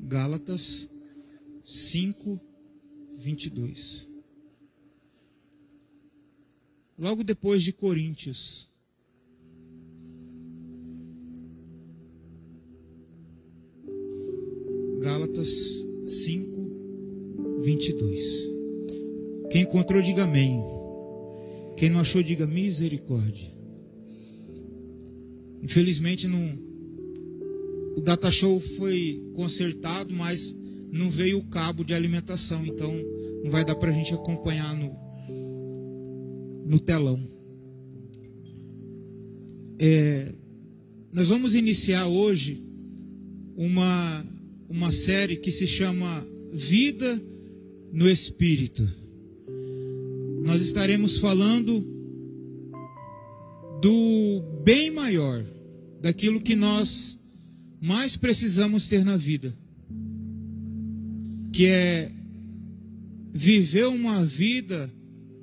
Gálatas 5, 22. Logo depois de Coríntios. Gálatas 5, 22. Quem encontrou, diga amém. Quem não achou, diga misericórdia. Infelizmente, o data show foi consertado, mas não veio o cabo de alimentação. Então, não vai dar para a gente acompanhar no telão. Nós vamos iniciar hoje uma série que se chama Vida no Espírito. Nós estaremos falando do bem maior, daquilo que nós mais precisamos ter na vida, que é viver uma vida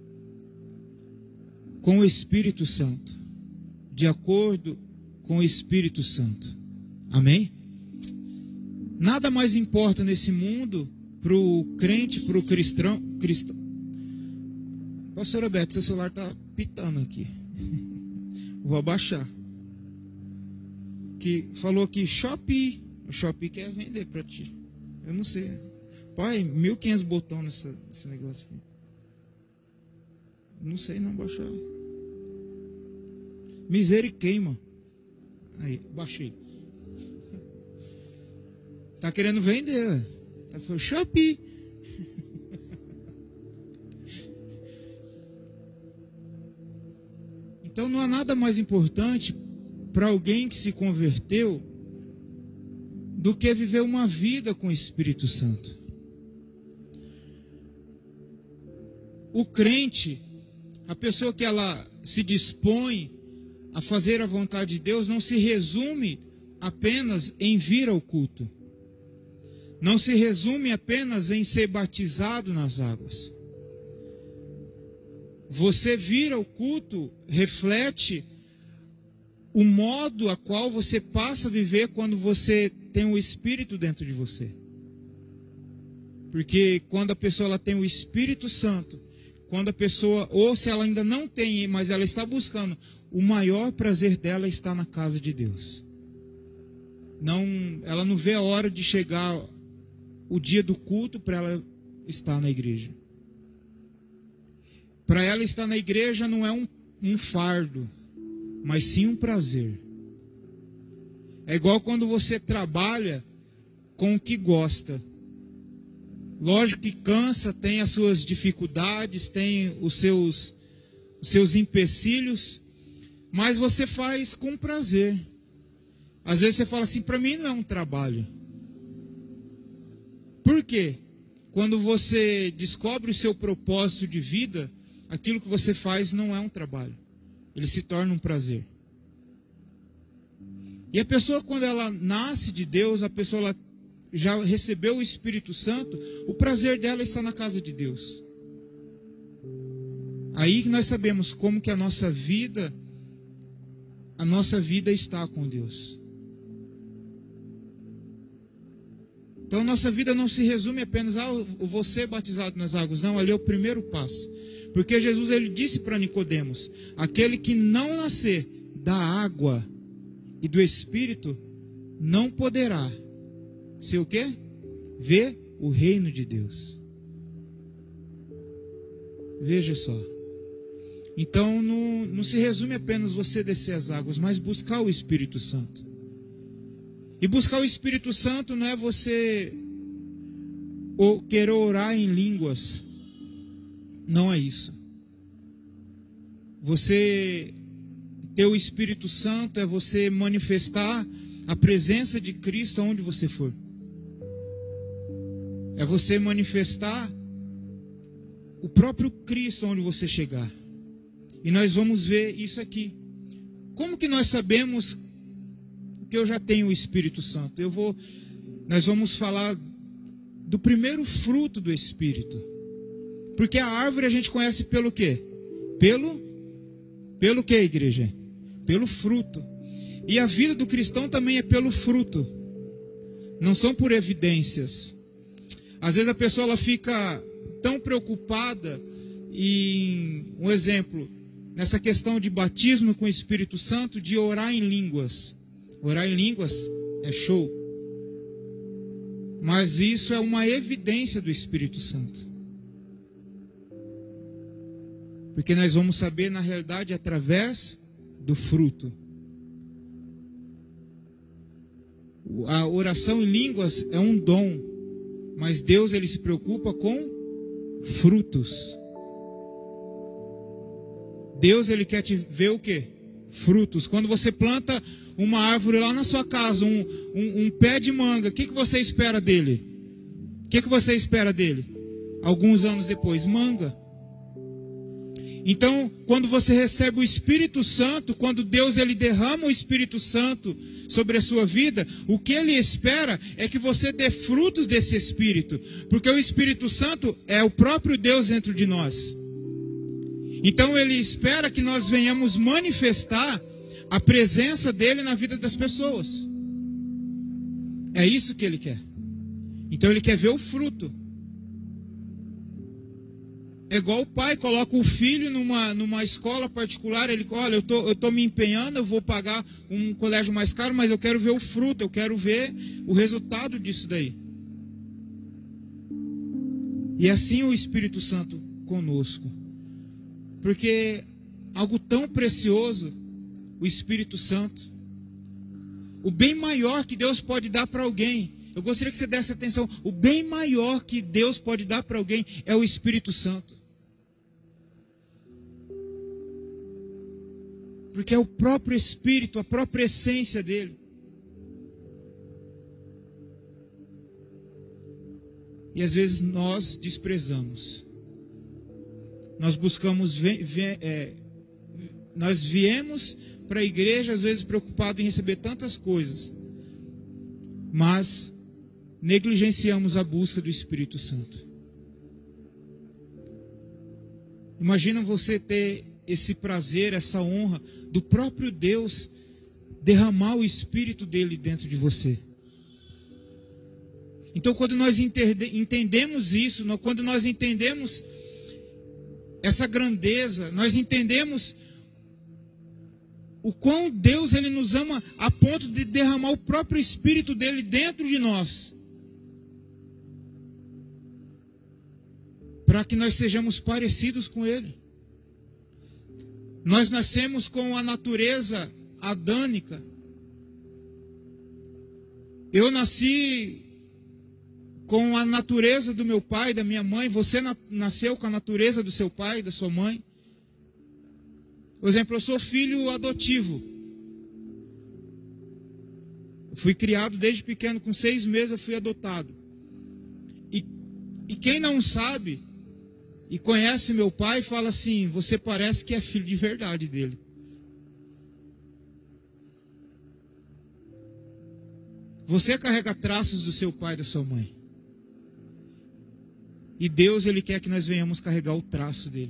com o Espírito Santo, de acordo com o Espírito Santo. Amém? Nada mais importa nesse mundo para o crente, para o cristão. Pastora Beto, seu celular está pitando aqui. Vou abaixar. Que falou aqui, Shopee. O Shopee quer vender para ti. Eu não sei. Pai, 1.500 botões nesse negócio aqui. Não sei não baixar. Miséria e queima. Aí, baixei. Tá querendo vender. Foi Shopee. Então não há nada mais importante para alguém que se converteu do que viver uma vida com o Espírito Santo. O crente, a pessoa que ela se dispõe a fazer a vontade de Deus, não se resume apenas em vir ao culto. Não se resume apenas em ser batizado nas águas. Você vir ao culto reflete o modo a qual você passa a viver quando você tem o Espírito dentro de você. Porque quando a pessoa ela tem o Espírito Santo, quando a pessoa, ou se ela ainda não tem, mas ela está buscando, o maior prazer dela está na casa de Deus. Ela não vê a hora de chegar o dia do culto para ela estar na igreja. Para ela estar na igreja não é um fardo, mas sim um prazer. É igual quando você trabalha com o que gosta. Lógico que cansa, tem as suas dificuldades, tem os seus empecilhos, mas você faz com prazer. Às vezes você fala assim, para mim não é um trabalho. Por quê? Quando você descobre o seu propósito de vida, aquilo que você faz não é um trabalho. Ele se torna um prazer. E a pessoa, quando ela nasce de Deus, a pessoa ela já recebeu o Espírito Santo, o prazer dela está na casa de Deus. Aí que nós sabemos como que a nossa vida está com Deus. Então, nossa vida não se resume apenas a você batizado nas águas. Não, ali é o primeiro passo. Porque Jesus ele disse para Nicodemos, aquele que não nascer da água e do Espírito, não poderá ser o quê? Ver o reino de Deus. Veja só. Então, não se resume apenas você descer as águas, mas buscar o Espírito Santo. E buscar o Espírito Santo não é você querer orar em línguas. Não é isso. Você ter o Espírito Santo é você manifestar a presença de Cristo onde você for. É você manifestar o próprio Cristo onde você chegar. E nós vamos ver isso aqui. Como que nós sabemos que eu já tenho o Espírito Santo? Nós vamos falar do primeiro fruto do Espírito. Porque a árvore a gente conhece pelo quê? Pelo quê, igreja? Pelo fruto. E a vida do cristão também é pelo fruto. não são por evidências. Às vezes a pessoa ela fica tão preocupada em, um exemplo, nessa questão de batismo com o Espírito Santo, de orar em línguas. Orar em línguas é show. Mas isso é uma evidência do Espírito Santo. Porque nós vamos saber, na realidade, através do fruto. A oração em línguas é um dom, mas Deus ele se preocupa com frutos. Deus ele quer te ver o quê? Frutos. Quando você planta uma árvore lá na sua casa, um pé de manga, o que você espera dele? O que você espera dele? Alguns anos depois, manga. Então, quando você recebe o Espírito Santo, quando Deus ele derrama o Espírito Santo sobre a sua vida, o que ele espera é que você dê frutos desse Espírito, porque o Espírito Santo é o próprio Deus dentro de nós. Então ele espera que nós venhamos manifestar a presença dele na vida das pessoas. É isso que ele quer. Então ele quer ver o fruto. É igual o pai coloca o filho numa escola particular. Ele olha, eu tô me empenhando, eu vou pagar um colégio mais caro, mas eu quero ver o fruto, eu quero ver o resultado disso daí. E assim o Espírito Santo conosco. Porque algo tão precioso, o Espírito Santo, o bem maior que Deus pode dar para alguém, eu gostaria que você desse atenção, o bem maior que Deus pode dar para alguém é o Espírito Santo. Porque é o próprio Espírito, a própria essência dele. E às vezes nós desprezamos. Nós buscamos, nós viemos para a igreja às vezes preocupados em receber tantas coisas, mas negligenciamos a busca do Espírito Santo. Imagina você ter esse prazer, essa honra do próprio Deus derramar o Espírito dele dentro de você. Então quando nós entendemos isso, quando nós entendemos essa grandeza, nós entendemos o quão Deus ele nos ama a ponto de derramar o próprio Espírito dele dentro de nós, para que nós sejamos parecidos com ele. Nós nascemos com a natureza adâmica. Eu nasci com a natureza do meu pai, da minha mãe. Você nasceu com a natureza do seu pai, da sua mãe. Por exemplo, eu sou filho adotivo. Eu fui criado desde pequeno, com 6 meses eu fui adotado. E quem não sabe e conhece meu pai, fala assim, você parece que é filho de verdade dele. Você carrega traços do seu pai e da sua mãe. E Deus, ele quer que nós venhamos carregar o traço dele.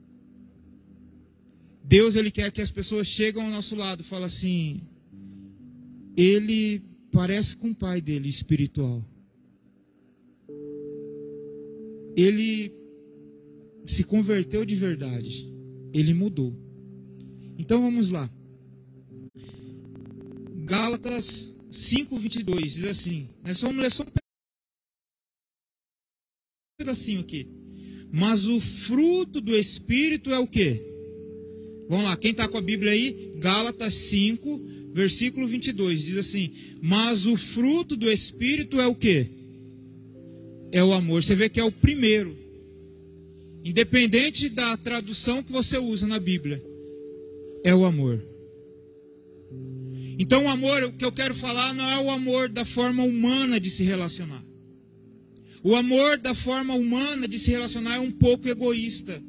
Deus, ele quer que as pessoas cheguem ao nosso lado e falem assim, ele parece com o pai dele espiritual. Ele se converteu de verdade. Ele mudou. Então vamos lá. Gálatas 5:22 diz assim. Nós vamos ler só um pedacinho aqui. Mas o fruto do Espírito é o quê? Vamos lá, quem está com a Bíblia aí? Gálatas 5, versículo 22. Diz assim, mas o fruto do Espírito é o quê? É o amor. Você vê que é o primeiro. Independente da tradução que você usa na Bíblia, é o amor. Então o amor, o que eu quero falar não é o amor da forma humana de se relacionar. O amor da forma humana de se relacionar é um pouco egoísta.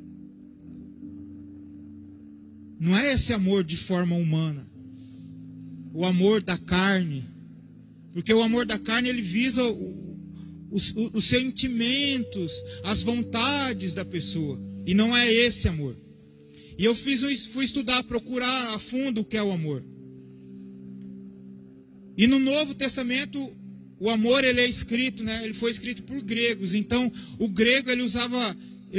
Não é esse amor de forma humana. O amor da carne. Porque o amor da carne ele visa os sentimentos, as vontades da pessoa. E não é esse amor. E eu fui estudar, procurar a fundo o que é o amor. E no Novo Testamento, o amor ele é escrito, né? Ele foi escrito por gregos. Então, o grego ele usava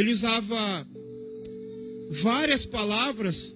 várias palavras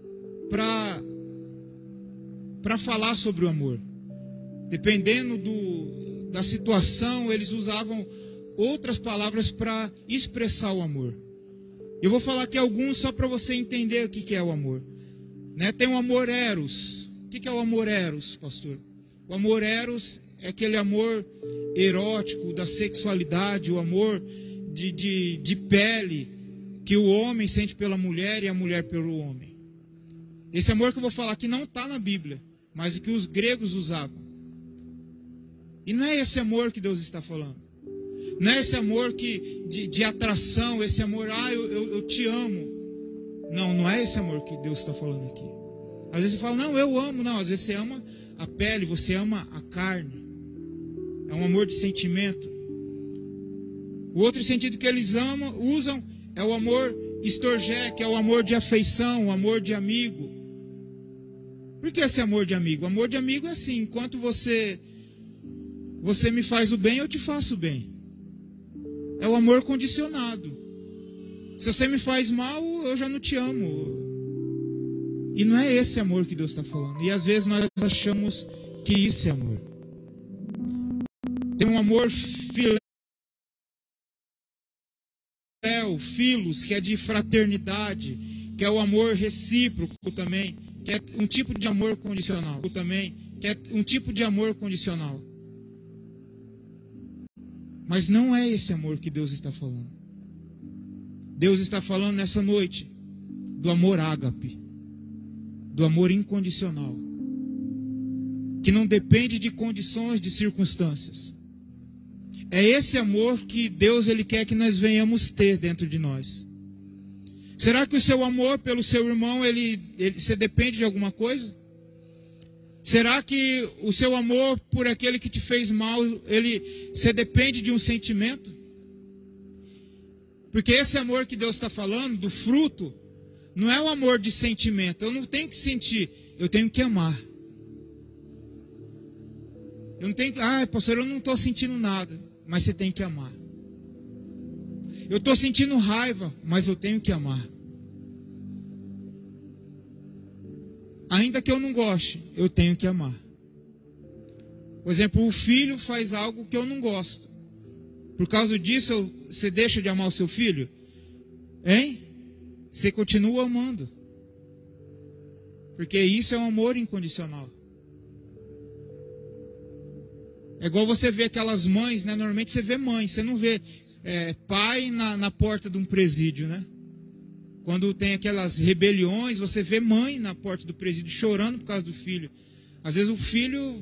para falar sobre o amor. Dependendo da situação, eles usavam outras palavras para expressar o amor. Eu vou falar aqui alguns só para você entender o que é o amor. Né? Tem o amor eros. O que é o amor eros, pastor? O amor eros é aquele amor erótico da sexualidade, o amor de pele que o homem sente pela mulher e a mulher pelo homem. Esse amor que eu vou falar aqui não está na Bíblia, mas que os gregos usavam. E não é esse amor que Deus está falando. Não é esse amor de atração, esse amor, eu te amo. Não é esse amor que Deus está falando aqui. Às vezes você fala, não, eu amo. Não, às vezes você ama a pele, você ama a carne. É um amor de sentimento. O outro sentido que eles usam é o amor estorgé, que é o amor de afeição, o amor de amigo. Por que esse amor de amigo? O amor de amigo é assim, enquanto você me faz o bem, eu te faço o bem. É o amor condicionado. Se você me faz mal, eu já não te amo. E não é esse amor que Deus está falando. E às vezes nós achamos que isso é amor. Tem um amor filos, que é de fraternidade, que é o amor recíproco também, que é um tipo de amor condicional também, que é um tipo de amor condicional. Mas não é esse amor que Deus está falando. Deus está falando nessa noite do amor ágape, do amor incondicional, que não depende de condições, de circunstâncias. É esse amor que Deus ele quer que nós venhamos ter dentro de nós. Será que o seu amor pelo seu irmão, você depende de alguma coisa? Será que o seu amor por aquele que te fez mal, você depende de um sentimento? Porque esse amor que Deus está falando, do fruto, não é o amor de sentimento. Eu não tenho que sentir, eu tenho que amar. Eu não tenho que, pastor, eu não estou sentindo nada, mas você tem que amar. Eu estou sentindo raiva, mas eu tenho que amar. Ainda que eu não goste, eu tenho que amar. Por exemplo, o filho faz algo que eu não gosto. Por causa disso, você deixa de amar o seu filho? Hein? Você continua amando. Porque isso é um amor incondicional. É igual você vê aquelas mães, né? Normalmente você vê mãe, você não vê pai na porta de um presídio, né? Quando tem aquelas rebeliões, você vê mãe na porta do presídio chorando por causa do filho. Às vezes o filho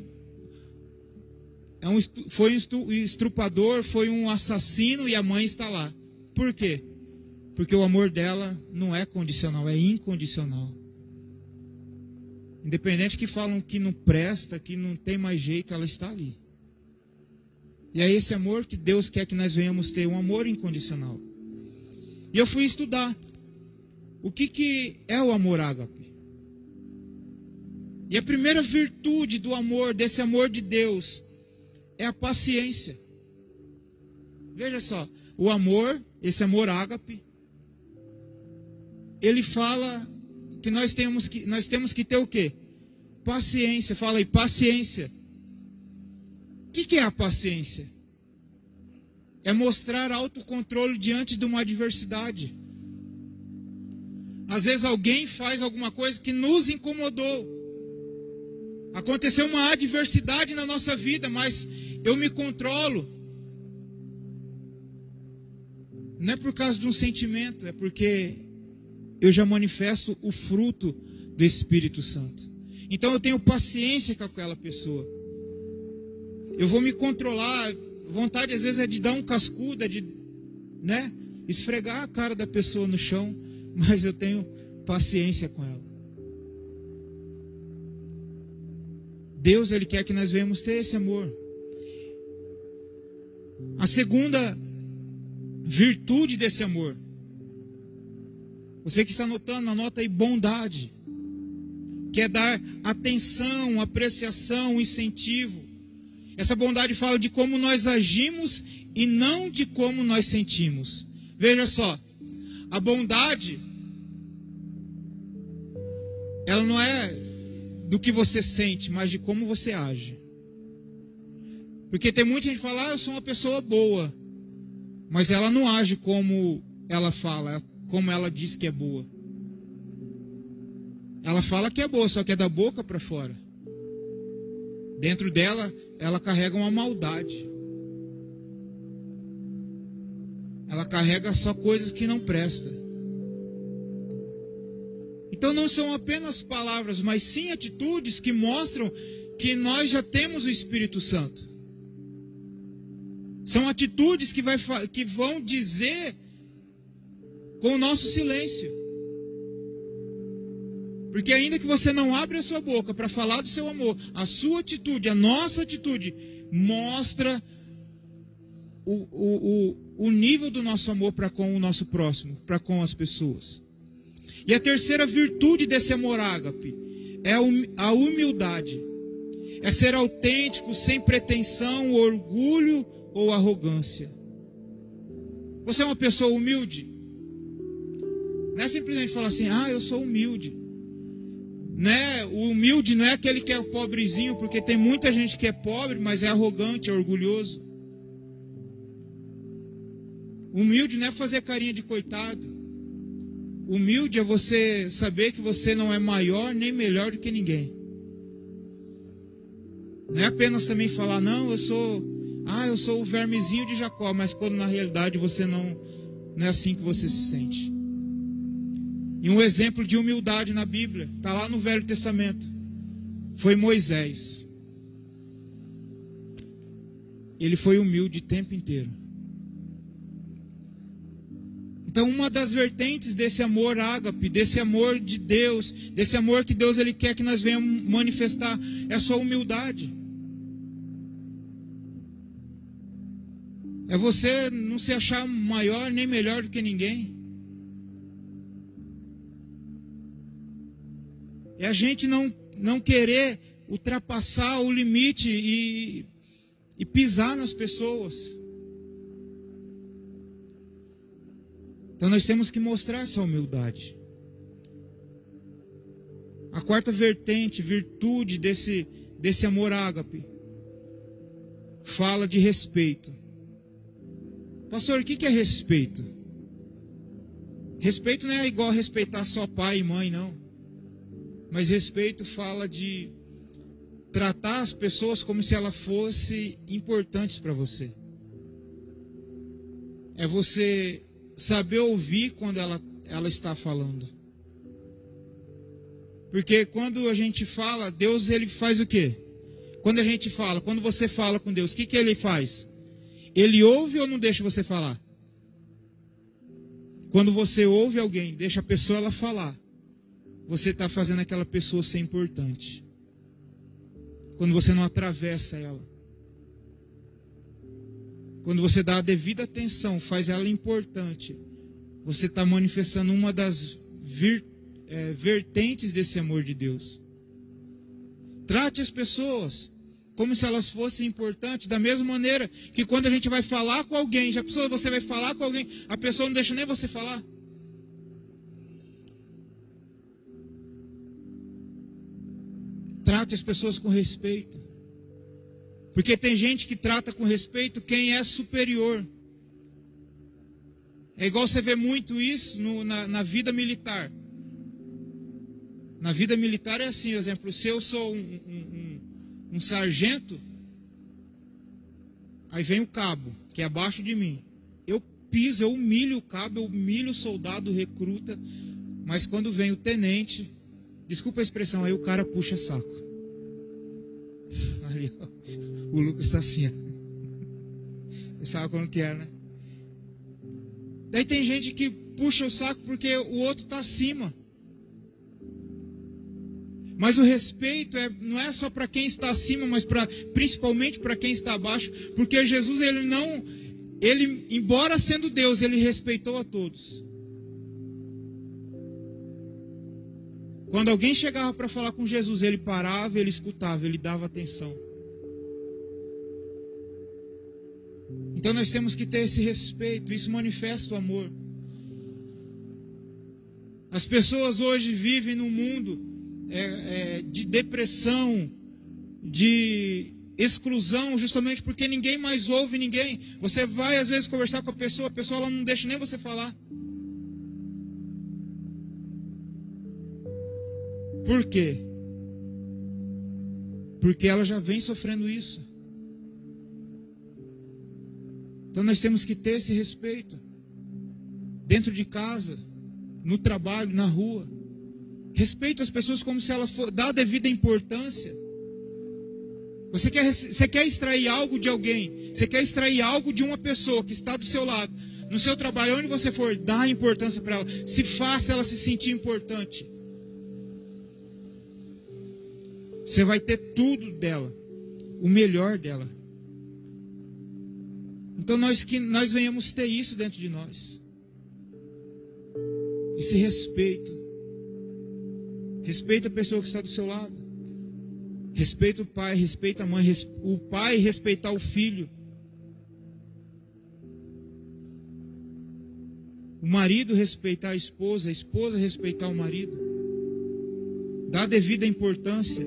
foi um estrupador, foi um assassino e a mãe está lá. Por quê? Porque o amor dela não é condicional, é incondicional. Independente que falam que não presta, que não tem mais jeito, ela está ali. E é esse amor que Deus quer que nós venhamos ter, um amor incondicional. E eu fui estudar o que é o amor ágape. E a primeira virtude do amor, desse amor de Deus, é a paciência. Veja só, o amor, esse amor ágape, ele fala que nós temos que ter o quê? Paciência. Fala aí, paciência. O que é a paciência? É mostrar autocontrole diante de uma adversidade. Às vezes alguém faz alguma coisa que nos incomodou. Aconteceu uma adversidade na nossa vida, mas eu me controlo. Não é por causa de um sentimento, é porque eu já manifesto o fruto do Espírito Santo. Então eu tenho paciência com aquela pessoa. Eu vou me controlar. Vontade às vezes é de dar um cascudo, esfregar a cara da pessoa no chão, mas eu tenho paciência com ela. Deus, Ele quer que nós venhamos ter esse amor. A segunda virtude desse amor, você que está anotando, anota aí, bondade, que é dar atenção, apreciação, incentivo. Essa bondade fala de como nós agimos e não de como nós sentimos. Veja só, a bondade, ela não é do que você sente, mas de como você age. Porque tem muita gente que fala, eu sou uma pessoa boa, mas ela não age como ela fala, como ela diz que é boa. Ela fala que é boa, só que é da boca para fora. Dentro dela, ela carrega uma maldade. Ela carrega só coisas que não prestam. Então não são apenas palavras, mas sim atitudes que mostram que nós já temos o Espírito Santo. São atitudes que vão dizer com o nosso silêncio. Porque ainda que você não abra a sua boca para falar do seu amor, a sua atitude, a nossa atitude, mostra o nível do nosso amor para com o nosso próximo, para com as pessoas. E a terceira virtude desse amor ágape é a humildade. É ser autêntico, sem pretensão, orgulho ou arrogância. Você é uma pessoa humilde? Não é simplesmente falar assim, eu sou humilde. Né? O humilde não é aquele que é pobrezinho, porque tem muita gente que é pobre, mas é arrogante, é orgulhoso. Humilde não é fazer carinha de coitado. Humilde é você saber que você não é maior nem melhor do que ninguém. Não é apenas também falar, não, eu sou o vermezinho de Jacó, mas quando na realidade você não é assim que você se sente. E um exemplo de humildade na Bíblia, está lá no Velho Testamento, foi Moisés. Ele foi humilde o tempo inteiro. Então uma das vertentes desse amor ágape, desse amor de Deus, desse amor que Deus ele quer que nós venhamos manifestar, é a sua humildade. É você não se achar maior nem melhor do que ninguém. É a gente não querer ultrapassar o limite e pisar nas pessoas. Então nós temos que mostrar essa humildade. A quarta vertente, virtude desse amor ágape, fala de respeito. Pastor, o que é respeito? Respeito não é igual a respeitar só pai e mãe, não. Mas respeito fala de tratar as pessoas como se elas fossem importantes para você. É você saber ouvir quando ela está falando. Porque quando a gente fala, Deus ele faz o quê? Quando você fala com Deus, o que ele faz? Ele ouve ou não deixa você falar? Quando você ouve alguém, deixa a pessoa ela falar, você está fazendo aquela pessoa ser importante. Quando você não atravessa ela. Quando você dá a devida atenção, faz ela importante, você está manifestando uma das vertentes desse amor de Deus. Trate as pessoas como se elas fossem importantes, da mesma maneira que quando a gente vai falar com alguém, já pensou, você vai falar com alguém, a pessoa não deixa nem você falar. Trate as pessoas com respeito. Porque tem gente que trata com respeito quem é superior. É igual você vê muito isso na vida militar. Na vida militar é assim, por exemplo, se eu sou um sargento, aí vem o cabo, que é abaixo de mim. Eu piso, eu humilho o cabo, eu humilho o soldado, o recruta, mas quando vem o tenente, desculpa a expressão, aí o cara puxa saco. Ali, ó, o Lucas está assim, ó. Você sabe como que é, né? Daí tem gente que puxa o saco porque o outro está acima. Mas o respeito não é só para quem está acima, mas principalmente para quem está abaixo. Porque Jesus, ele, embora sendo Deus, ele respeitou a todos. Quando alguém chegava para falar com Jesus, ele parava, ele escutava, ele dava atenção. Então nós temos que ter esse respeito, isso manifesta o amor. As pessoas hoje vivem num mundo de depressão, de exclusão, justamente porque ninguém mais ouve ninguém. Você vai às vezes conversar com a pessoa ela não deixa nem você falar. Por quê? Porque ela já vem sofrendo isso. Então nós temos que ter esse respeito. Dentro de casa, no trabalho, na rua. Respeito as pessoas como se ela for dar a devida importância. Você quer extrair algo de alguém, você quer extrair algo de uma pessoa que está do seu lado, no seu trabalho, onde você for, dá importância para ela. Se faça ela se sentir importante. Você vai ter tudo dela, o melhor dela. Então que nós venhamos ter isso dentro de nós. Esse respeito. Respeita a pessoa que está do seu lado. Respeita o pai, respeita a mãe. O pai respeitar o filho. O marido respeitar a esposa respeitar o marido. Dá devida importância.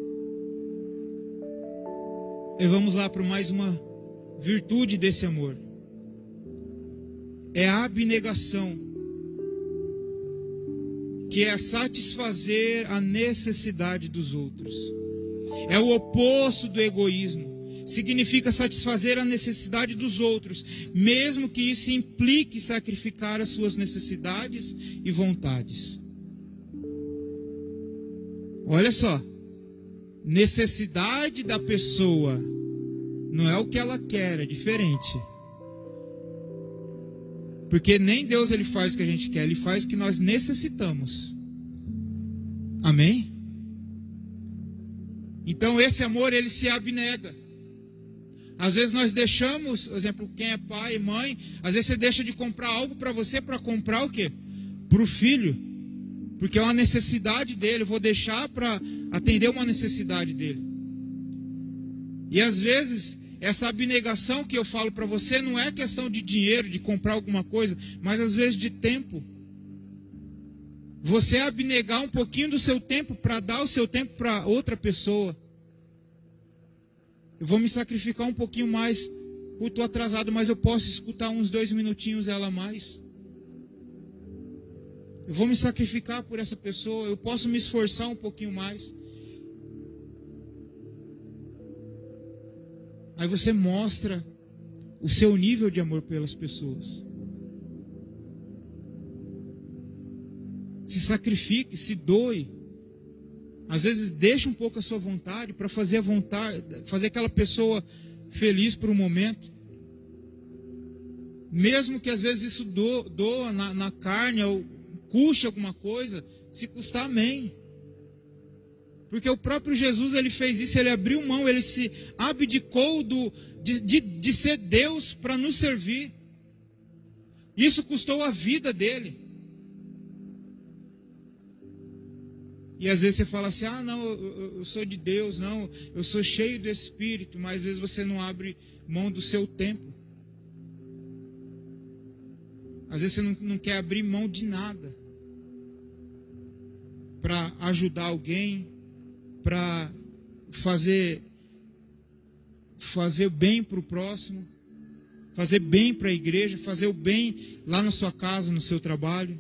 E vamos lá para mais uma virtude desse amor. É a abnegação, que é satisfazer a necessidade dos outros. É o oposto do egoísmo. Significa satisfazer a necessidade dos outros, mesmo que isso implique sacrificar as suas necessidades e vontades. Olha só, necessidade da pessoa não é o que ela quer, é diferente. Porque nem Deus ele faz o que a gente quer, ele faz o que nós necessitamos. Amém? Então esse amor ele se abnega. Às vezes nós deixamos, por exemplo, quem é pai e mãe, às vezes você deixa de comprar algo para você para comprar o quê? Para o filho. Porque é uma necessidade dele, eu vou deixar para atender uma necessidade dele. E às vezes, essa abnegação que eu falo para você não é questão de dinheiro, de comprar alguma coisa, mas às vezes de tempo. Você abnegar um pouquinho do seu tempo para dar o seu tempo para outra pessoa. Eu vou me sacrificar um pouquinho mais, eu estou atrasado, mas eu posso escutar uns 2 minutinhos ela a mais. Eu vou me sacrificar por essa pessoa, eu posso me esforçar um pouquinho mais. Aí você mostra o seu nível de amor pelas pessoas. Se sacrifique, se doe. Às vezes deixa um pouco a sua vontade para fazer a vontade, fazer aquela pessoa feliz por um momento. Mesmo que às vezes isso doa na carne ou custe alguma coisa, se custar, amém. Porque o próprio Jesus ele fez isso, ele abriu mão, ele se abdicou de ser Deus para nos servir. Isso custou a vida dele. E às vezes você fala assim, não, eu sou de Deus, não, eu sou cheio do Espírito, mas às vezes você não abre mão do seu tempo. Às vezes você não quer abrir mão de nada para ajudar alguém, para fazer bem para o próximo, fazer bem para a igreja, fazer o bem lá na sua casa, no seu trabalho.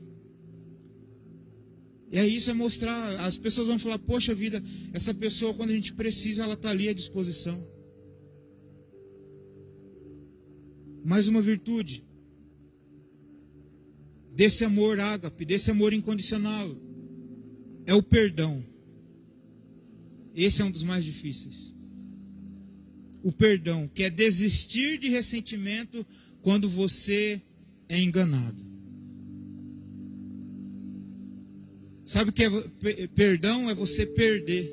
E aí isso é mostrar, as pessoas vão falar, poxa vida, essa pessoa quando a gente precisa, ela está ali à disposição. Mais uma virtude desse amor ágape, desse amor incondicional, é o perdão. Esse é um dos mais difíceis. O perdão, que é desistir de ressentimento quando você é enganado. Sabe o que é perdão? É você perder.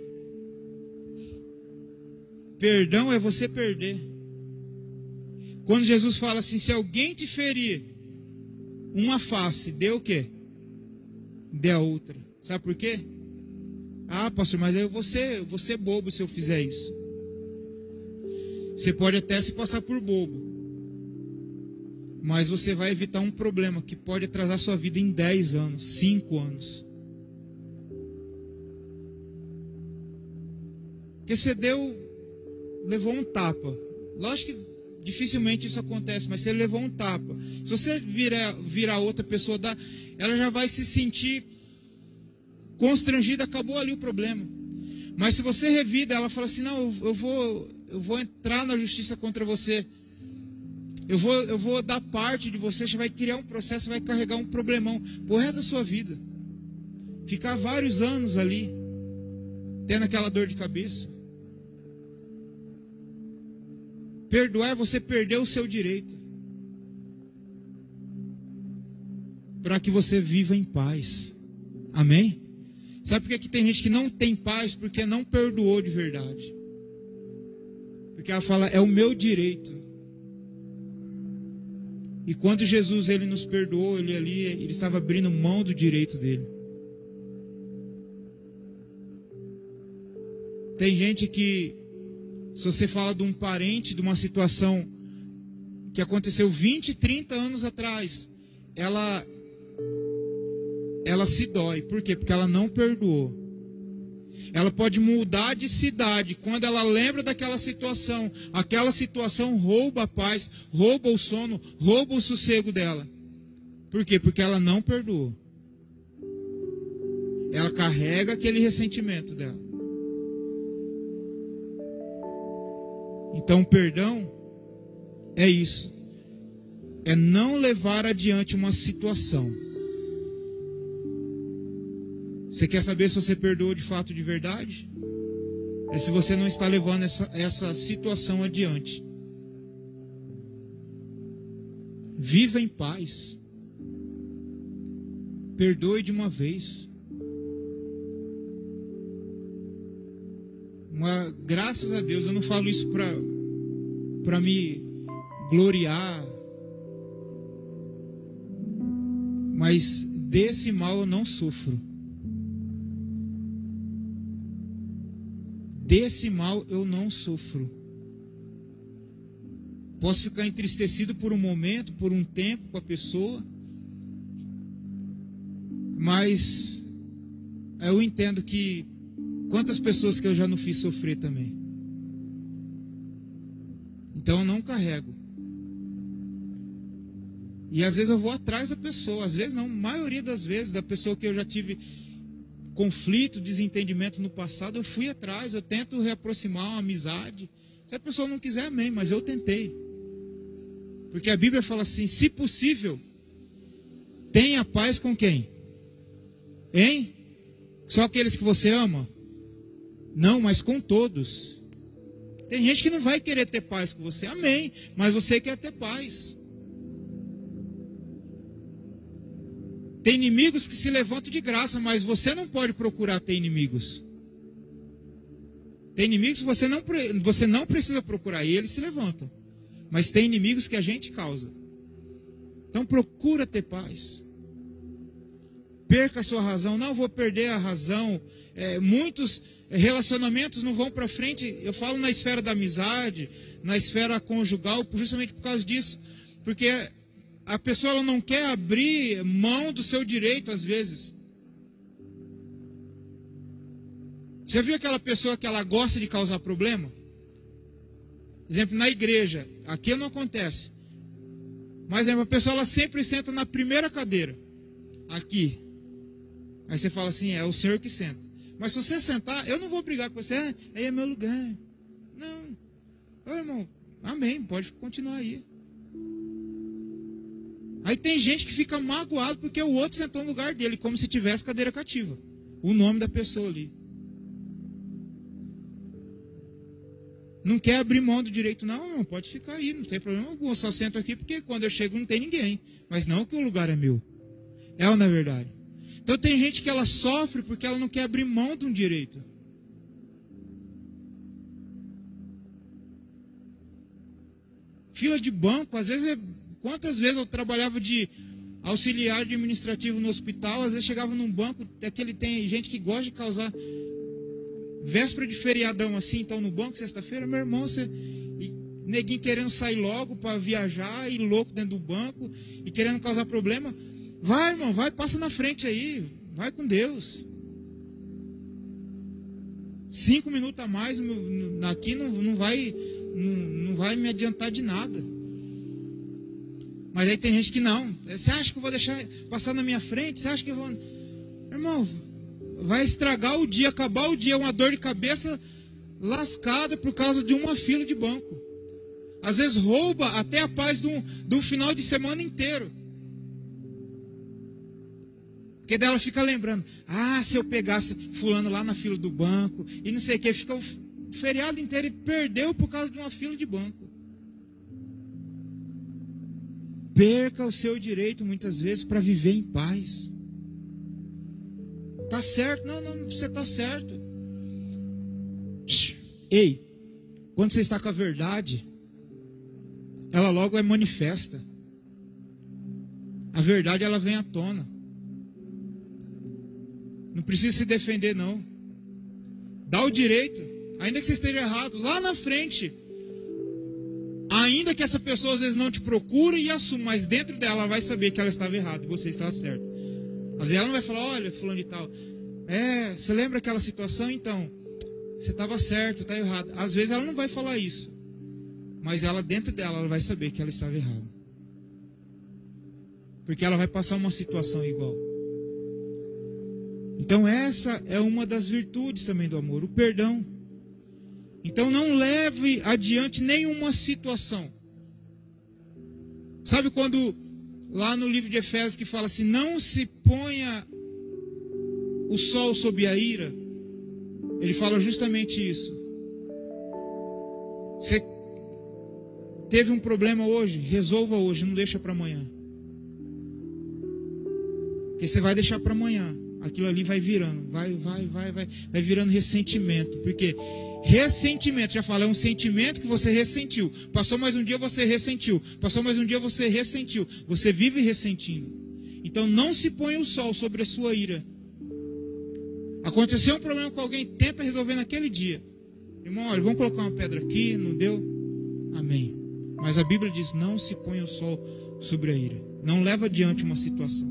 Perdão é você perder. Quando Jesus fala assim, se alguém te ferir uma face, dê o quê? Dê a outra. Sabe por quê? Pastor, mas eu vou ser bobo se eu fizer isso. Você pode até se passar por bobo, mas você vai evitar um problema que pode atrasar sua vida em 10 anos, 5 anos. Porque você levou um tapa. Lógico que dificilmente isso acontece, mas você levou um tapa. Se você virar outra pessoa, ela já vai se sentir constrangida, acabou ali o problema. Mas se você revida, ela fala assim, não, eu vou entrar na justiça contra você. Eu vou dar parte de você, você vai criar um processo, vai carregar um problemão pro resto da sua vida. Ficar vários anos ali, tendo aquela dor de cabeça. Perdoar é você perder o seu direito, para que você viva em paz. Amém? Sabe por que tem gente que não tem paz? Porque não perdoou de verdade. Porque ela fala, é o meu direito. E quando Jesus ele nos perdoou, ele estava abrindo mão do direito dele. Tem gente que, se você fala de um parente, de uma situação que aconteceu 20, 30 anos atrás, ela se dói. Por quê? Porque ela não perdoou. Ela pode mudar de cidade. Quando ela lembra daquela situação, aquela situação rouba a paz, rouba o sono, rouba o sossego dela. Por quê? Porque ela não perdoou. Ela carrega aquele ressentimento dela. Então, perdão é isso. É não levar adiante uma situação. Você quer saber se você perdoou de fato, de verdade? É se você não está levando essa situação adiante. Viva em paz. Perdoe de uma vez. Graças a Deus, eu não falo isso para me gloriar, mas desse mal eu não sofro. Desse mal eu não sofro. Posso ficar entristecido por um momento, por um tempo com a pessoa, mas eu entendo que quantas pessoas que eu já não fiz sofrer também. Então eu não carrego. E às vezes eu vou atrás da pessoa, às vezes não, maioria das vezes, da pessoa que eu já tive conflito, desentendimento no passado, eu fui atrás, eu tento reaproximar uma amizade. Se a pessoa não quiser, amém, mas eu tentei. Porque a Bíblia fala assim, se possível, tenha paz com quem? Hein? Só aqueles que você ama? Não, mas com todos. Tem gente que não vai querer ter paz com você, amém, mas você quer ter paz. Tem inimigos que se levantam de graça, mas você não pode procurar ter inimigos. Tem inimigos que você não precisa procurar, e eles se levantam. Mas tem inimigos que a gente causa. Então procura ter paz. Perca a sua razão. Não, vou perder a razão. Muitos relacionamentos não vão para frente. Eu falo na esfera da amizade, na esfera conjugal, justamente por causa disso. Porque a pessoa ela não quer abrir mão do seu direito às vezes. Já viu aquela pessoa que ela gosta de causar problema? Por exemplo, na igreja, aqui não acontece. Mas a pessoa ela sempre senta na primeira cadeira. Aqui. Aí você fala assim, é o senhor que senta. Mas se você sentar, eu não vou brigar com você, aí é meu lugar. Não. Ô irmão, amém, pode continuar aí. Aí tem gente que fica magoado porque o outro sentou no lugar dele, como se tivesse cadeira cativa. O nome da pessoa ali. Não quer abrir mão do direito, não, pode ficar aí, não tem problema algum. Eu só sento aqui porque quando eu chego não tem ninguém. Mas não que o lugar é meu. É ou não é verdade? Então tem gente que ela sofre porque ela não quer abrir mão de um direito. Fila de banco, às vezes, quantas vezes eu trabalhava de auxiliar administrativo no hospital, às vezes chegava num banco, tem gente que gosta de causar véspera de feriadão assim, então no banco, sexta-feira, meu irmão, neguinho querendo sair logo para viajar, e louco dentro do banco, e querendo causar problema. Vai, irmão, vai, passa na frente aí, vai com Deus. 5 minutos a mais aqui não vai me adiantar de nada. Mas aí tem gente que não. Você acha que eu vou deixar passar na minha frente? Você acha que eu vou... Irmão, vai estragar o dia, acabar o dia, uma dor de cabeça lascada por causa de uma fila de banco. Às vezes rouba até a paz de um final de semana inteiro. Porque dela fica lembrando, se eu pegasse fulano lá na fila do banco, e não sei o que, fica o feriado inteiro e perdeu por causa de uma fila de banco. Perca o seu direito muitas vezes para viver em paz. Tá certo? Não, você tá certo. Ei, quando você está com a verdade, ela logo é manifesta. A verdade, ela vem à tona. Não precisa se defender, não. Dá o direito, ainda que você esteja errado, lá na frente. Ainda que essa pessoa às vezes não te procure e assuma, mas dentro dela ela vai saber que ela estava errada e você estava certo. Às vezes ela não vai falar, olha, fulano de tal, você lembra aquela situação? Então, você estava certo, está errado. Às vezes ela não vai falar isso, mas ela dentro dela ela vai saber que ela estava errada. Porque ela vai passar uma situação igual. Então essa é uma das virtudes também do amor, o perdão. Então não leve adiante nenhuma situação. Sabe quando lá no livro de Efésios que fala assim, não se ponha o sol sob a ira? Ele fala justamente isso. Você teve um problema hoje, resolva hoje, não deixa para amanhã. Porque você vai deixar para amanhã. Aquilo ali vai virando, vai virando ressentimento. Porque ressentimento, já falei, é um sentimento que você ressentiu. Passou mais um dia, você ressentiu. Passou mais um dia, você ressentiu. Você vive ressentindo. Então não se põe o sol sobre a sua ira. Aconteceu um problema com alguém, tenta resolver naquele dia. Irmão, olha, vamos colocar uma pedra aqui, não deu? Amém. Mas a Bíblia diz, não se põe o sol sobre a ira. Não leva adiante uma situação.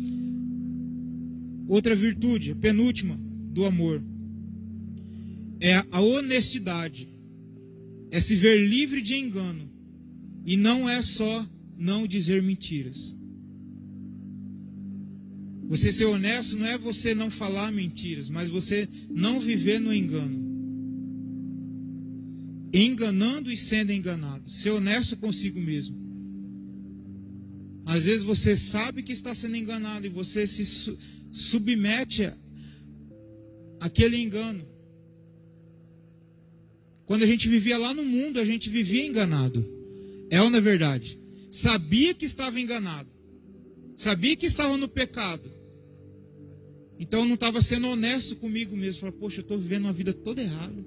Outra virtude, a penúltima do amor, é a honestidade. É se ver livre de engano. E não é só não dizer mentiras. Você ser honesto não é você não falar mentiras, mas você não viver no engano. Enganando e sendo enganado. Ser honesto consigo mesmo. Às vezes você sabe que está sendo enganado e você se submete àquele engano. Quando a gente vivia lá no mundo, a gente vivia enganado. É ou não é verdade? Sabia que estava enganado. Sabia que estava no pecado. Então eu não estava sendo honesto comigo mesmo. Falei, poxa, eu estou vivendo uma vida toda errada.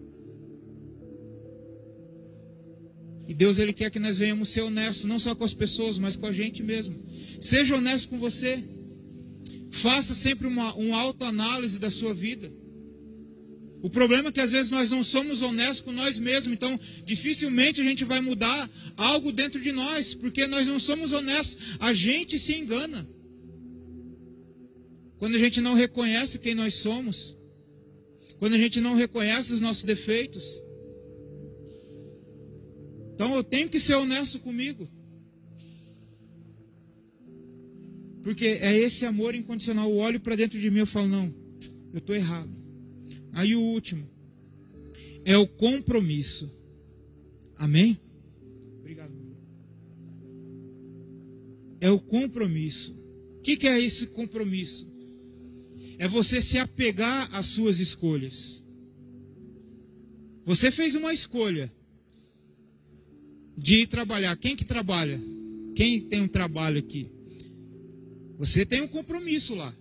E Deus, Ele quer que nós venhamos ser honestos, não só com as pessoas, mas com a gente mesmo. Seja honesto com você. Faça sempre uma autoanálise da sua vida. O problema é que às vezes nós não somos honestos com nós mesmos. Então dificilmente a gente vai mudar algo dentro de nós, porque nós não somos honestos. A gente se engana. Quando a gente não reconhece quem nós somos. Quando a gente não reconhece os nossos defeitos. Então eu tenho que ser honesto comigo. Porque é esse amor incondicional. Eu olho para dentro de mim e falo, não, eu estou errado. Aí o último é o compromisso. Amém? Obrigado. É o compromisso. O que é esse compromisso? É você se apegar às suas escolhas. Você fez uma escolha de ir trabalhar. Quem que trabalha? Quem tem um trabalho aqui? Você tem um compromisso lá.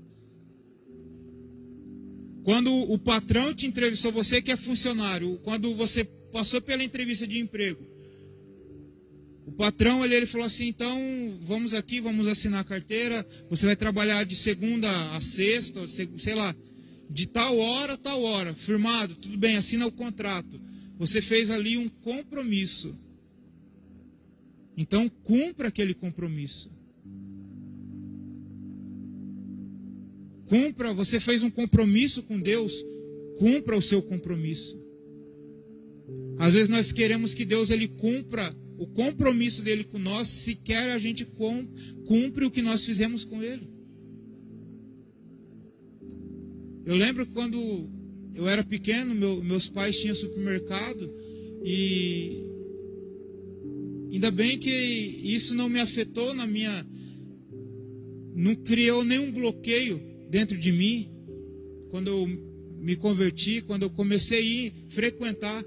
Quando o patrão te entrevistou, você que é funcionário, quando você passou pela entrevista de emprego, o patrão ele falou assim, então vamos aqui, vamos assinar a carteira, você vai trabalhar de segunda a sexta, sei lá, de tal hora, firmado, tudo bem, assina o contrato. Você fez ali um compromisso. Então, cumpra aquele compromisso. Cumpra, você fez um compromisso com Deus, cumpra o seu compromisso. Às vezes nós queremos que Deus ele cumpra o compromisso dele com nós, sequer a gente cumpre o que nós fizemos com ele. Eu lembro quando eu era pequeno, meus pais tinham supermercado e ainda bem que isso não me afetou não criou nenhum bloqueio dentro de mim quando eu me converti, quando eu comecei a frequentar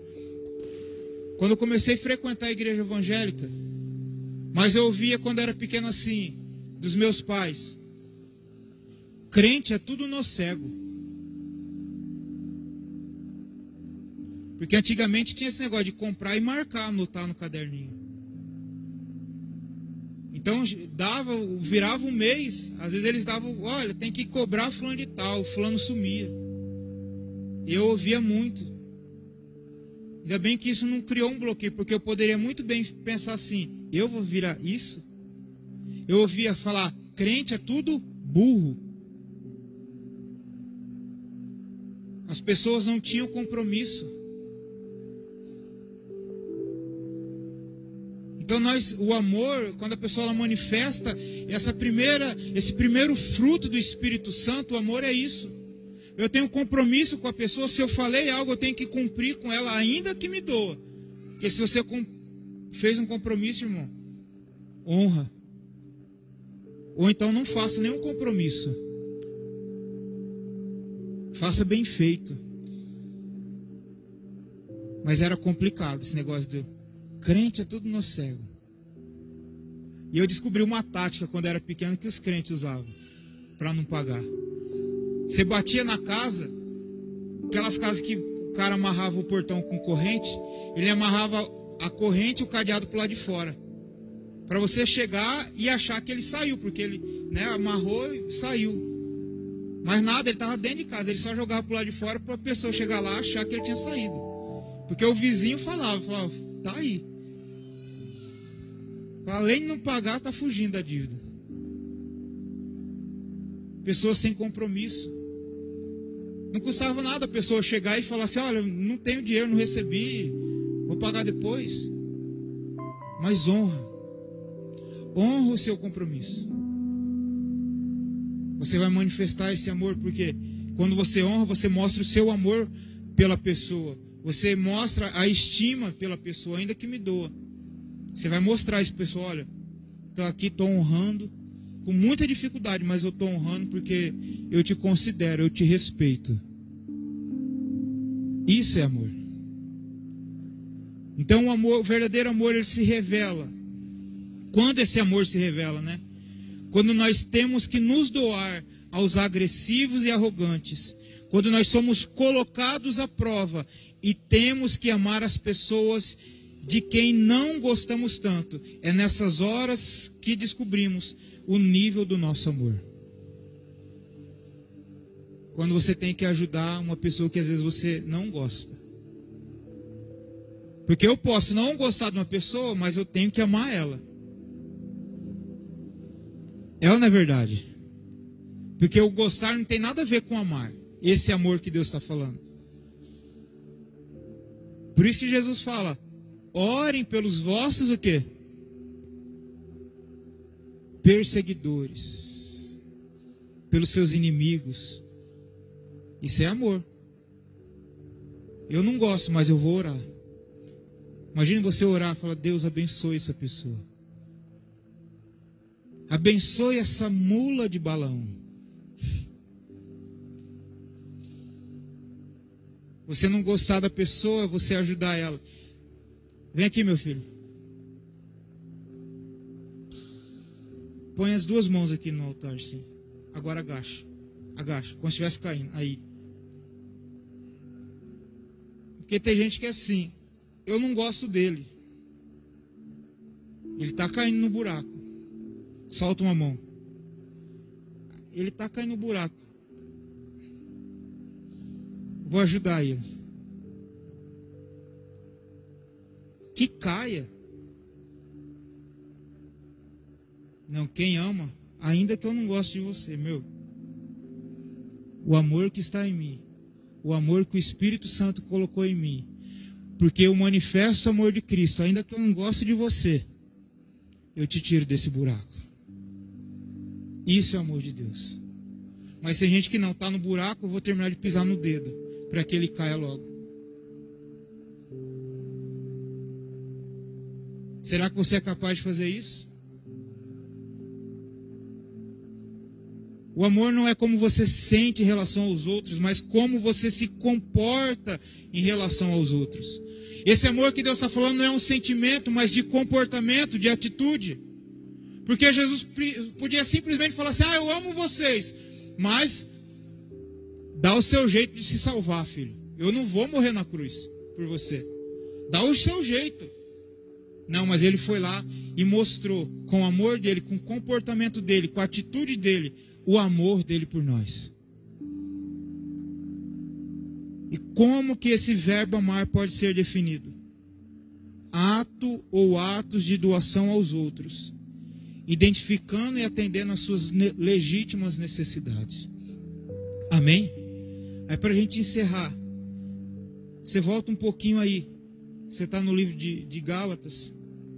a igreja evangélica. Mas eu ouvia quando era pequeno assim, dos meus pais: crente é tudo nó cego. Porque antigamente tinha esse negócio de comprar e marcar, anotar no caderninho. Então virava um mês, às vezes eles davam, olha, tem que cobrar fulano de tal, fulano sumia. Eu ouvia muito. Ainda bem que isso não criou um bloqueio, porque eu poderia muito bem pensar assim: eu vou virar isso? Eu ouvia falar, crente é tudo burro. As pessoas não tinham compromisso. Então o amor, quando a pessoa ela manifesta esse primeiro fruto do Espírito Santo, o amor é isso. Eu tenho compromisso com a pessoa, se eu falei algo, eu tenho que cumprir com ela, ainda que me doa. Porque se você fez um compromisso, irmão, honra. Ou então não faça nenhum compromisso. Faça bem feito. Mas era complicado esse negócio de crente é tudo nó cego. E eu descobri uma tática quando era pequeno que os crentes usavam para não pagar. Você batia na casa, aquelas casas que o cara amarrava o portão com corrente, ele amarrava a corrente e o cadeado pro lado de fora. Para você chegar e achar que ele saiu, porque ele, amarrou e saiu. Mas nada, ele estava dentro de casa, ele só jogava pro lado de fora para a pessoa chegar lá e achar que ele tinha saído. Porque o vizinho falava, tá aí. Além de não pagar, está fugindo da dívida. Pessoas sem compromisso. Não custava nada a pessoa chegar e falar assim: olha, não tenho dinheiro, não recebi, vou pagar depois. Mas honra. Honra o seu compromisso. Você vai manifestar esse amor, porque quando você honra, você mostra o seu amor pela pessoa. Você mostra a estima pela pessoa, ainda que me doa. Você vai mostrar isso, pessoal: olha, estou aqui, estou honrando, com muita dificuldade, mas eu estou honrando porque eu te considero, eu te respeito. Isso é amor. Então o verdadeiro amor, ele se revela. Quando esse amor se revela, né? Quando nós temos que nos doar aos agressivos e arrogantes. Quando nós somos colocados à prova e temos que amar as pessoas de quem não gostamos tanto. É nessas horas que descobrimos o nível do nosso amor. Quando você tem que ajudar uma pessoa que às vezes você não gosta. Porque eu posso não gostar de uma pessoa, mas eu tenho que amar ela. É ou não é verdade? Porque o gostar não tem nada a ver com amar. Esse amor que Deus está falando. Por isso que Jesus fala: orem pelos vossos o quê? Perseguidores. Pelos seus inimigos. Isso é amor. Eu não gosto, mas eu vou orar. Imagine você orar e falar: Deus, abençoe essa pessoa. Abençoe essa mula de Balaão. Você não gostar da pessoa, você ajudar ela. Vem aqui, meu filho. Põe as duas mãos aqui no altar, sim. Agora agacha. Agacha, como se estivesse caindo. Aí. Porque tem gente que é assim: eu não gosto dele. Ele está caindo no buraco. Solta uma mão. Ele está caindo no buraco. Vou ajudar ele. Que caia. Não, quem ama, ainda que eu não goste de você, o amor que está em mim, o amor que o Espírito Santo colocou em mim, porque o manifesto amor de Cristo, ainda que eu não goste de você, eu te tiro desse buraco. Isso é o amor de Deus. Mas tem gente que não, está no buraco, eu vou terminar de pisar no dedo, para que ele caia logo. Será que você é capaz de fazer isso? O amor não é como você se sente em relação aos outros, mas como você se comporta em relação aos outros. Esse amor que Deus está falando não é um sentimento, mas de comportamento, de atitude. Porque Jesus podia simplesmente falar assim, eu amo vocês, mas dá o seu jeito de se salvar, filho. Eu não vou morrer na cruz por você. Dá o seu jeito. Não, mas ele foi lá e mostrou com o amor dele, com o comportamento dele, com a atitude dele, o amor dele por nós. E como que esse verbo amar pode ser definido? Ato ou atos de doação aos outros, identificando e atendendo às suas legítimas necessidades. Amém? Aí para a gente encerrar, você volta um pouquinho aí. Você está no livro de Gálatas.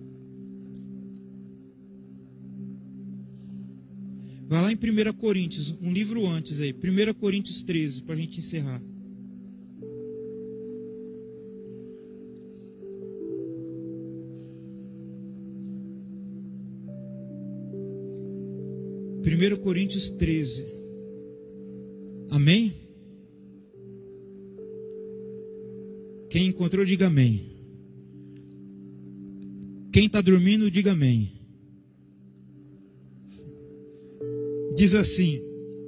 Vai lá em 1 Coríntios, um livro antes aí, 1 Coríntios 13, para a gente encerrar. Primeiro Coríntios 13. Amém? Quem encontrou, diga amém. Quem está dormindo, diga amém. Diz assim: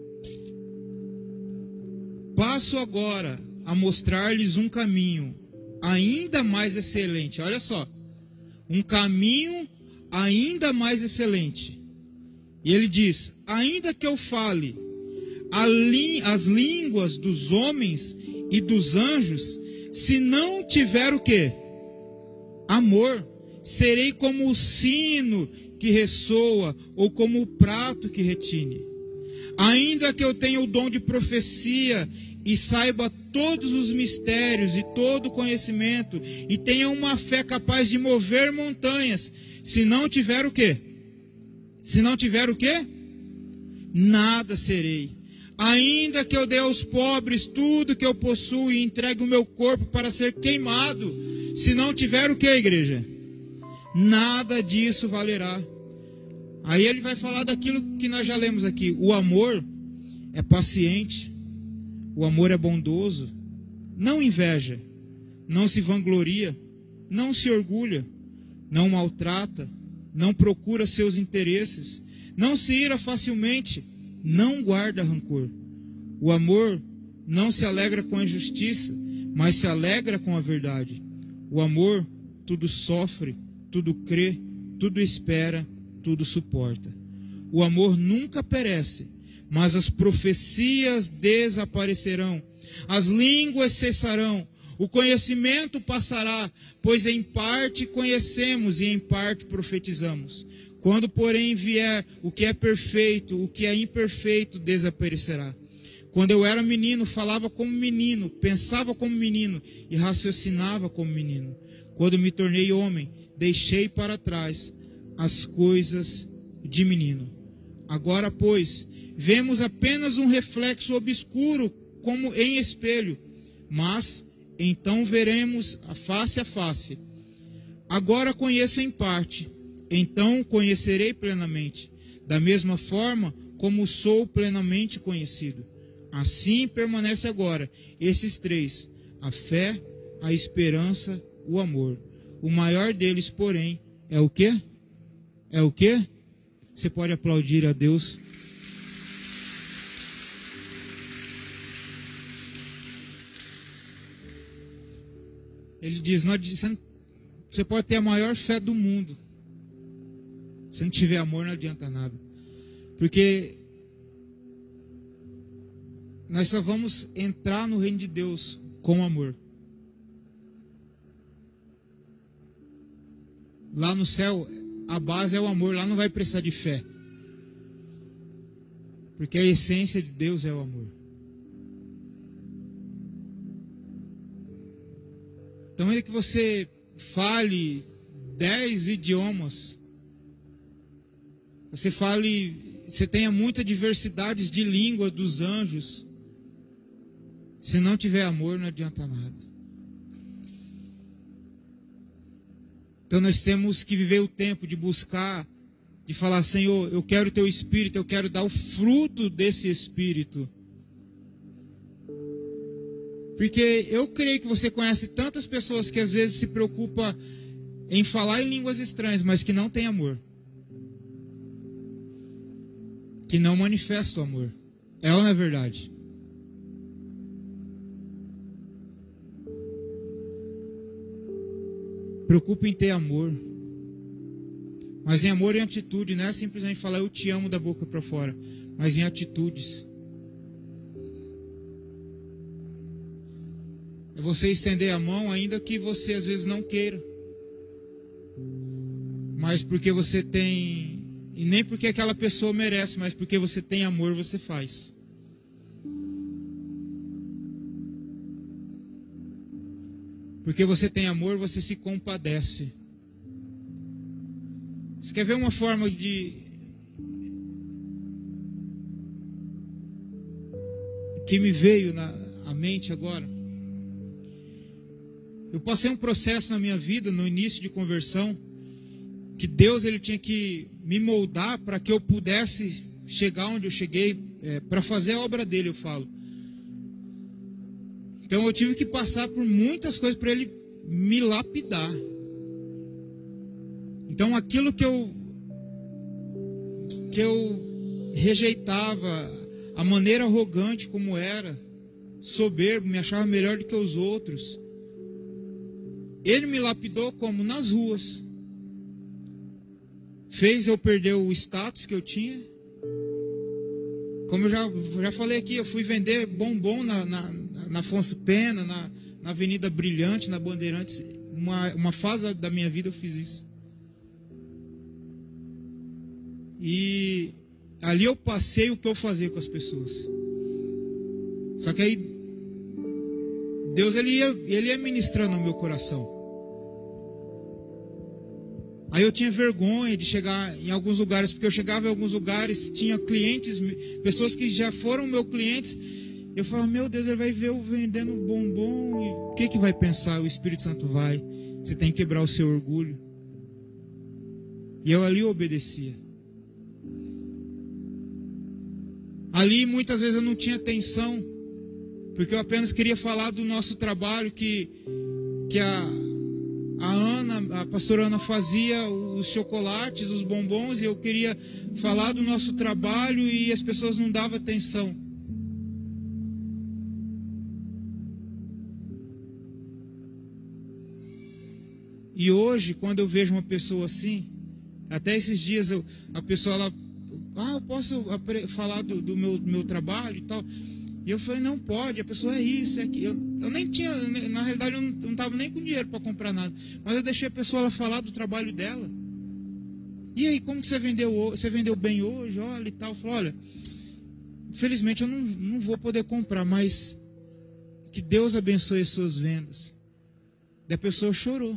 passo agora a mostrar-lhes um caminho ainda mais excelente. Olha só, um caminho ainda mais excelente. E ele diz: ainda que eu fale as línguas dos homens e dos anjos, se não tiver o quê? Amor, serei como o sino que ressoa, ou como o prato que retine. Ainda que eu tenha o dom de profecia e saiba todos os mistérios e todo o conhecimento, e tenha uma fé capaz de mover montanhas, se não tiver o quê? Se não tiver o quê? Nada serei. Ainda que eu dê aos pobres tudo que eu possuo e entregue o meu corpo para ser queimado, se não tiver o quê, igreja? Nada disso valerá. Aí ele vai falar daquilo que nós já lemos aqui. O amor é paciente, o amor é bondoso, não inveja, não se vangloria, não se orgulha, não maltrata, não procura seus interesses, não se ira facilmente, não guarda rancor. O amor não se alegra com a injustiça, mas se alegra com a verdade. O amor tudo sofre, tudo crê, tudo espera, tudo suporta. O amor nunca perece, mas as profecias desaparecerão, as línguas cessarão, o conhecimento passará, pois em parte conhecemos e em parte profetizamos. Quando, porém, vier o que é perfeito, o que é imperfeito desaparecerá. Quando eu era menino, falava como menino, pensava como menino e raciocinava como menino. Quando me tornei homem, deixei para trás as coisas de menino. Agora, pois, vemos apenas um reflexo obscuro, como em espelho, mas então veremos a face. Agora conheço em parte, então conhecerei plenamente, da mesma forma como sou plenamente conhecido. Assim permanece agora esses três: a fé, a esperança, o amor. O maior deles, porém, é o quê? É o quê? Você pode aplaudir a Deus. Ele diz: você pode ter a maior fé do mundo, se não tiver amor não adianta nada. Porque nós só vamos entrar no reino de Deus com amor. Lá no céu, a base é o amor. Lá não vai precisar de fé. Porque a essência de Deus é o amor. Então, ainda que você fale 10 idiomas, você tenha muita diversidade de língua dos anjos, se não tiver amor, não adianta nada. Então nós temos que viver o tempo de buscar, de falar: Senhor, eu quero o teu Espírito, eu quero dar o fruto desse Espírito. Porque eu creio que você conhece tantas pessoas que às vezes se preocupam em falar em línguas estranhas, mas que não tem amor. Que não manifesta o amor. É ou não é verdade? Preocupa em ter amor. Mas em amor e em atitude. Não é simplesmente falar eu te amo da boca para fora. Mas em atitudes. É você estender a mão ainda que você às vezes não queira. Mas porque você tem... E nem porque aquela pessoa merece, mas porque você tem amor, você faz. Porque você tem amor, você se compadece. Você quer ver uma forma que me veio à mente agora? Eu passei um processo na minha vida, no início de conversão, que Deus ele tinha que me moldar para que eu pudesse chegar onde eu cheguei, para fazer a obra dele, eu falo. Então eu tive que passar por muitas coisas para ele me lapidar. Então aquilo que eu rejeitava, a maneira arrogante como era, soberbo, me achava melhor do que os outros, ele me lapidou como? Nas ruas. Fez eu perder o status que eu tinha. Como eu já falei aqui, eu fui vender bombom na Afonso Pena, na Avenida Brilhante, na Bandeirantes. Uma fase da minha vida eu fiz isso. E ali eu passei o que eu fazia com as pessoas. Só que aí Deus ele ia ministrando no meu coração. Aí eu tinha vergonha de chegar em alguns lugares, porque eu chegava em alguns lugares, tinha clientes, pessoas que já foram meus clientes. Eu falava: meu Deus, ele vai ver eu vendendo bombom, e o que vai pensar? O Espírito Santo vai. Você tem que quebrar o seu orgulho. E eu ali obedecia. Ali muitas vezes eu não tinha atenção, porque eu apenas queria falar do nosso trabalho, que a Ana, a pastora Ana fazia os chocolates, os bombons, e eu queria falar do nosso trabalho e as pessoas não davam atenção. E hoje, quando eu vejo uma pessoa assim, até esses dias a pessoa eu posso falar do meu trabalho e tal. E eu falei: não pode, a pessoa é isso, é aquilo. Eu nem tinha, na realidade eu não estava nem com dinheiro para comprar nada. Mas eu deixei a pessoa ela falar do trabalho dela. E aí, como que você vendeu bem hoje? Olha e tal. Eu falei: olha, infelizmente eu não vou poder comprar, mas que Deus abençoe as suas vendas. Daí a pessoa chorou.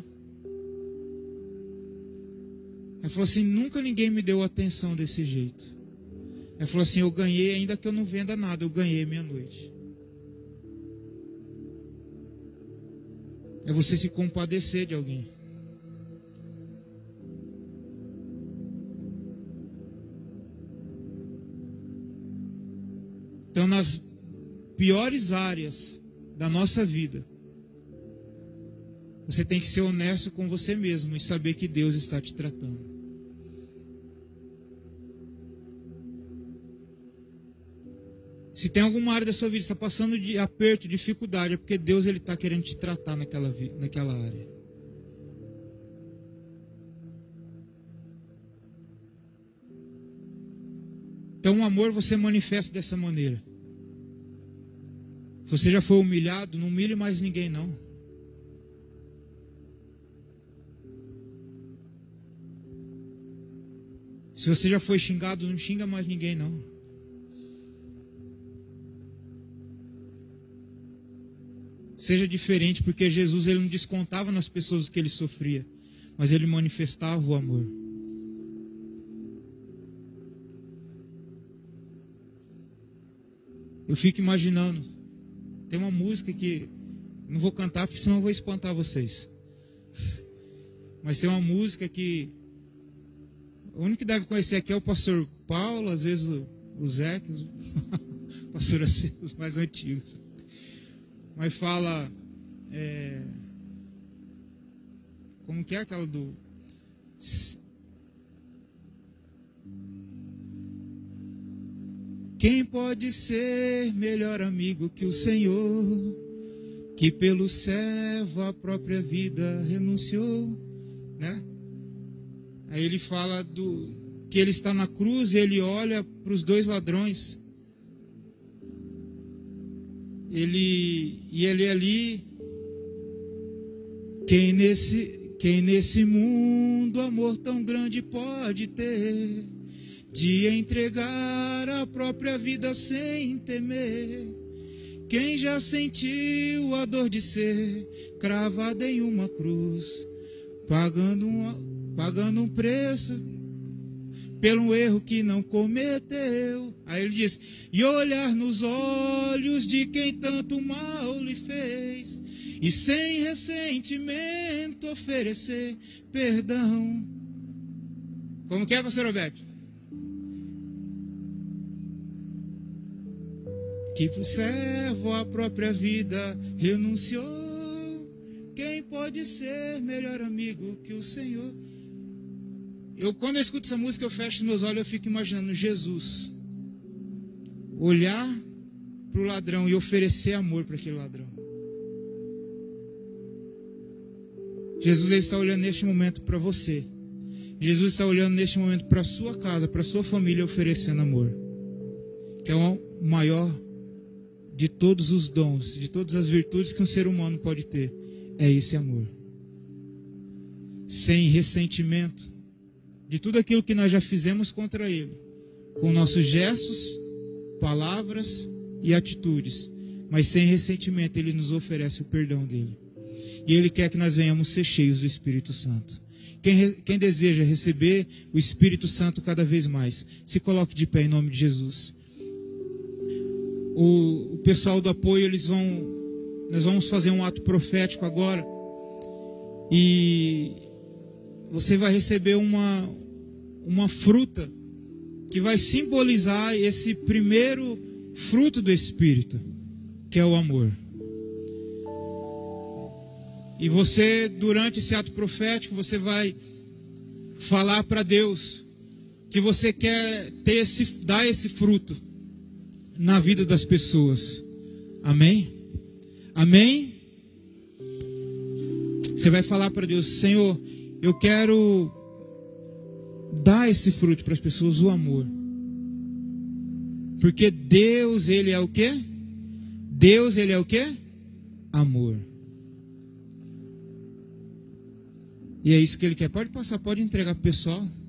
Ela falou assim: nunca ninguém me deu atenção desse jeito. Ela falou assim: eu ganhei, ainda que eu não venda nada, eu ganhei meia-noite. É você se compadecer de alguém. Então, nas piores áreas da nossa vida, você tem que ser honesto com você mesmo e saber que Deus está te tratando. Se tem alguma área da sua vida que está passando de aperto, dificuldade, é porque Deus ele está querendo te tratar naquela área. Então o amor você manifesta dessa maneira. Se você já foi humilhado, não humilhe mais ninguém não. Se você já foi xingado, não xinga mais ninguém, não. Seja diferente, porque Jesus ele não descontava nas pessoas que ele sofria, mas ele manifestava o amor. Eu fico imaginando, tem uma música que não vou cantar, porque senão eu vou espantar vocês. Mas tem uma música que o único que deve conhecer aqui é o pastor Paulo, às vezes o Zé, o pastor assim, os mais antigos. Mas fala, como que é aquela do... Quem pode ser melhor amigo que o Senhor, que pelo servo a própria vida renunciou, né? Aí ele fala que ele está na cruz e ele olha para os dois ladrões. Ele ali, quem nesse mundo amor tão grande pode ter, de entregar a própria vida sem temer? Quem já sentiu a dor de ser cravado em uma cruz, pagando um preço pelo erro que não cometeu? Aí ele diz, e olhar nos olhos de quem tanto mal lhe fez, e sem ressentimento oferecer perdão. Como que é, pastor Roberto? Que pro servo a própria vida renunciou. Quem pode ser melhor amigo que o Senhor? Quando eu escuto essa música, eu fecho meus olhos, eu fico imaginando Jesus olhar para o ladrão e oferecer amor para aquele ladrão. Jesus ele está olhando neste momento para você. Jesus está olhando neste momento para a sua casa, para a sua família, oferecendo amor. Que é o maior de todos os dons, de todas as virtudes que um ser humano pode ter. É esse amor. Sem ressentimento de tudo aquilo que nós já fizemos contra Ele, com nossos gestos, palavras e atitudes, mas sem ressentimento. Ele nos oferece o perdão dele, e Ele quer que nós venhamos ser cheios do Espírito Santo. Quem deseja receber o Espírito Santo cada vez mais, se coloque de pé em nome de Jesus. O pessoal do apoio, nós vamos fazer um ato profético agora, e você vai receber uma fruta que vai simbolizar esse primeiro fruto do Espírito, que é o amor. E você, durante esse ato profético, você vai falar para Deus que você quer dar esse fruto na vida das pessoas. Amém? Amém? Você vai falar para Deus, Senhor, eu quero dar esse fruto para as pessoas, o amor. Porque Deus, Ele é o quê? Deus, Ele é o quê? Amor. E é isso que Ele quer. Pode passar, pode entregar para o pessoal.